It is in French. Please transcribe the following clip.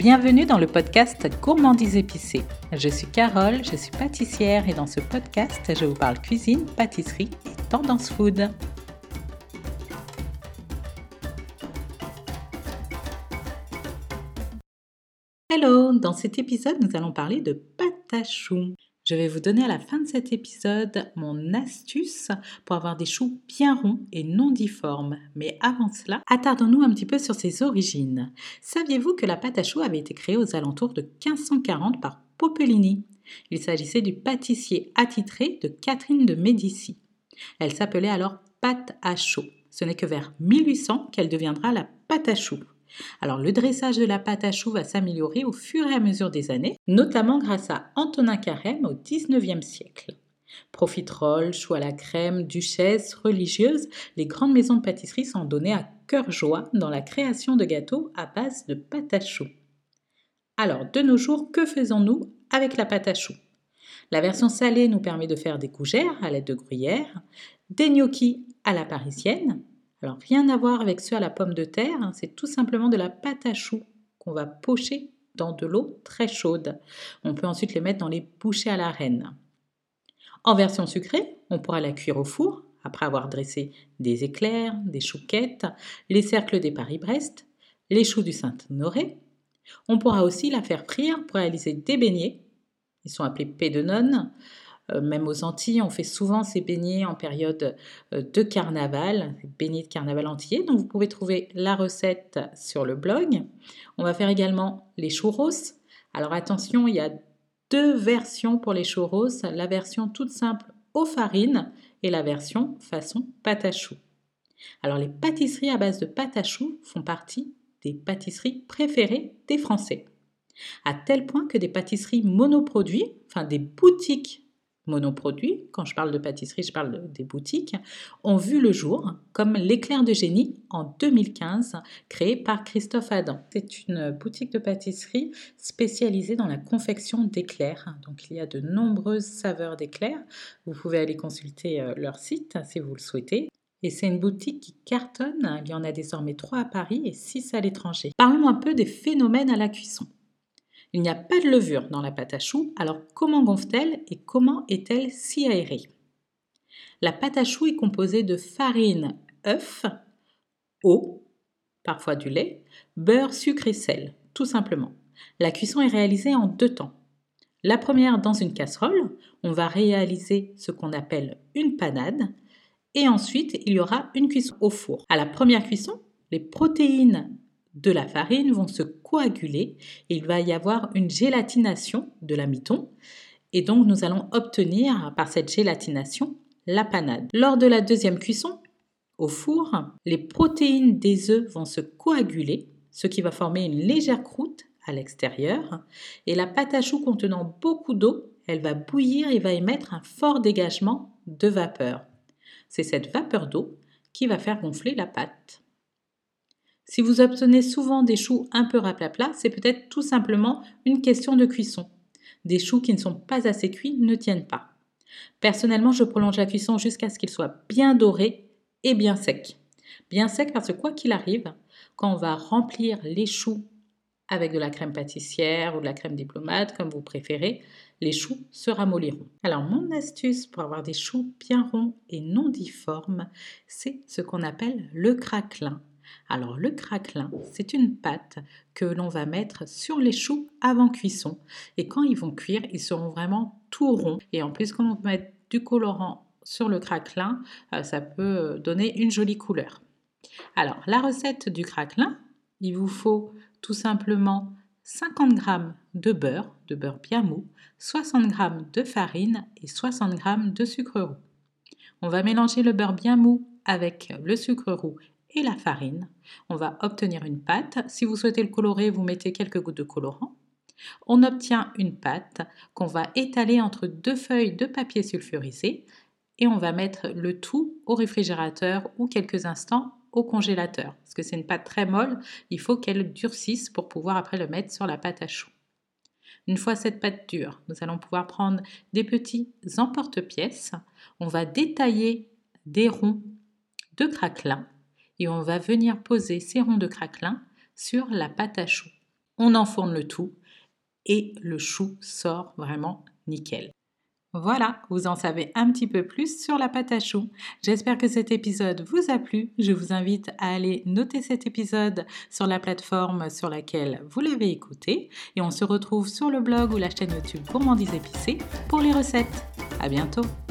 Bienvenue dans le podcast Gourmandise épicée. Je suis Carole, je suis pâtissière et dans ce podcast, je vous parle cuisine, pâtisserie et tendance food. Hello, dans cet épisode, nous allons parler de pâte à choux. Je vais vous donner à la fin de cet épisode mon astuce pour avoir des choux bien ronds et non difformes. Mais avant cela, attardons-nous un petit peu sur ses origines. Saviez-vous que la pâte à choux avait été créée aux alentours de 1540 par Popellini ? Il s'agissait du pâtissier attitré de Catherine de Médicis. Elle s'appelait alors pâte à choux. Ce n'est que vers 1800 qu'elle deviendra la pâte à choux. Alors, le dressage de la pâte à choux va s'améliorer au fur et à mesure des années, notamment grâce à Antonin Carême au XIXe siècle. Profiteroles, choux à la crème, duchesses, religieuses, les grandes maisons de pâtisserie s'en donnaient à cœur joie dans la création de gâteaux à base de pâte à choux. Alors, de nos jours, que faisons-nous avec la pâte à choux ? La version salée nous permet de faire des gougères à l'aide de gruyère, des gnocchis à la parisienne. Alors, rien à voir avec ceux à la pomme de terre, c'est tout simplement de la pâte à choux qu'on va pocher dans de l'eau très chaude. On peut ensuite les mettre dans les bouchées à la reine. En version sucrée, on pourra la cuire au four, après avoir dressé des éclairs, des chouquettes, les cercles des Paris-Brest, les choux du Saint-Honoré. On pourra aussi la faire frire pour réaliser des beignets. Ils sont appelés pets de nonne. Même aux Antilles, on fait souvent ces beignets en période de carnaval, beignets de carnaval antillais. Donc vous pouvez trouver la recette sur le blog. On va faire également les churros. Alors attention, il y a deux versions pour les churros. La version toute simple aux farines et la version façon pâte à choux. Alors les pâtisseries à base de pâte à choux font partie des pâtisseries préférées des Français. À tel point que des pâtisseries monoproduits, enfin des boutiques monoproduits, quand je parle de pâtisserie, je parle des boutiques, ont vu le jour, comme l'éclair de génie en 2015, créé par Christophe Adam. C'est une boutique de pâtisserie spécialisée dans la confection d'éclairs. Donc il y a de nombreuses saveurs d'éclairs. Vous pouvez aller consulter leur site si vous le souhaitez. Et c'est une boutique qui cartonne. Il y en a désormais 3 à Paris et 6 à l'étranger. Parlons un peu des phénomènes à la cuisson. Il n'y a pas de levure dans la pâte à choux, alors comment gonfle-t-elle et comment est-elle si aérée ? La pâte à choux est composée de farine, œuf, eau, parfois du lait, beurre, sucre et sel, tout simplement. La cuisson est réalisée en 2 temps. La première dans une casserole, on va réaliser ce qu'on appelle une panade et ensuite il y aura une cuisson au four. À la première cuisson, les protéines de la farine vont se coaguler et il va y avoir une gélatination de l'amidon et donc nous allons obtenir par cette gélatination la panade. Lors de la deuxième cuisson au four, les protéines des œufs vont se coaguler, ce qui va former une légère croûte à l'extérieur et la pâte à choux contenant beaucoup d'eau, elle va bouillir et va émettre un fort dégagement de vapeur. C'est cette vapeur d'eau qui va faire gonfler la pâte. Si vous obtenez souvent des choux un peu raplapla, c'est peut-être tout simplement une question de cuisson. Des choux qui ne sont pas assez cuits ne tiennent pas. Personnellement, je prolonge la cuisson jusqu'à ce qu'ils soient bien dorés et bien secs. Bien secs parce que quoi qu'il arrive, quand on va remplir les choux avec de la crème pâtissière ou de la crème diplomate, comme vous préférez, les choux se ramolliront. Alors mon astuce pour avoir des choux bien ronds et non difformes, c'est ce qu'on appelle le craquelin. Alors le craquelin, c'est une pâte que l'on va mettre sur les choux avant cuisson et quand ils vont cuire, ils seront vraiment tout ronds. Et en plus, quand on peut mettre du colorant sur le craquelin, ça peut donner une jolie couleur. Alors la recette du craquelin, il vous faut tout simplement 50 g de beurre bien mou, 60 g de farine et 60 g de sucre roux. On va mélanger le beurre bien mou avec le sucre roux et la farine. On va obtenir une pâte. Si vous souhaitez le colorer, vous mettez quelques gouttes de colorant. On obtient une pâte qu'on va étaler entre 2 feuilles de papier sulfurisé et on va mettre le tout au réfrigérateur ou quelques instants au congélateur. Parce que c'est une pâte très molle, il faut qu'elle durcisse pour pouvoir après le mettre sur la pâte à choux. Une fois cette pâte dure, nous allons pouvoir prendre des petits emporte-pièces. On va détailler des ronds de craquelin et on va venir poser ces ronds de craquelin sur la pâte à choux. On enfourne le tout et le chou sort vraiment nickel. Voilà, vous en savez un petit peu plus sur la pâte à choux. J'espère que cet épisode vous a plu. Je vous invite à aller noter cet épisode sur la plateforme sur laquelle vous l'avez écouté. Et on se retrouve sur le blog ou la chaîne YouTube Gourmandise épicée pour les recettes. À bientôt!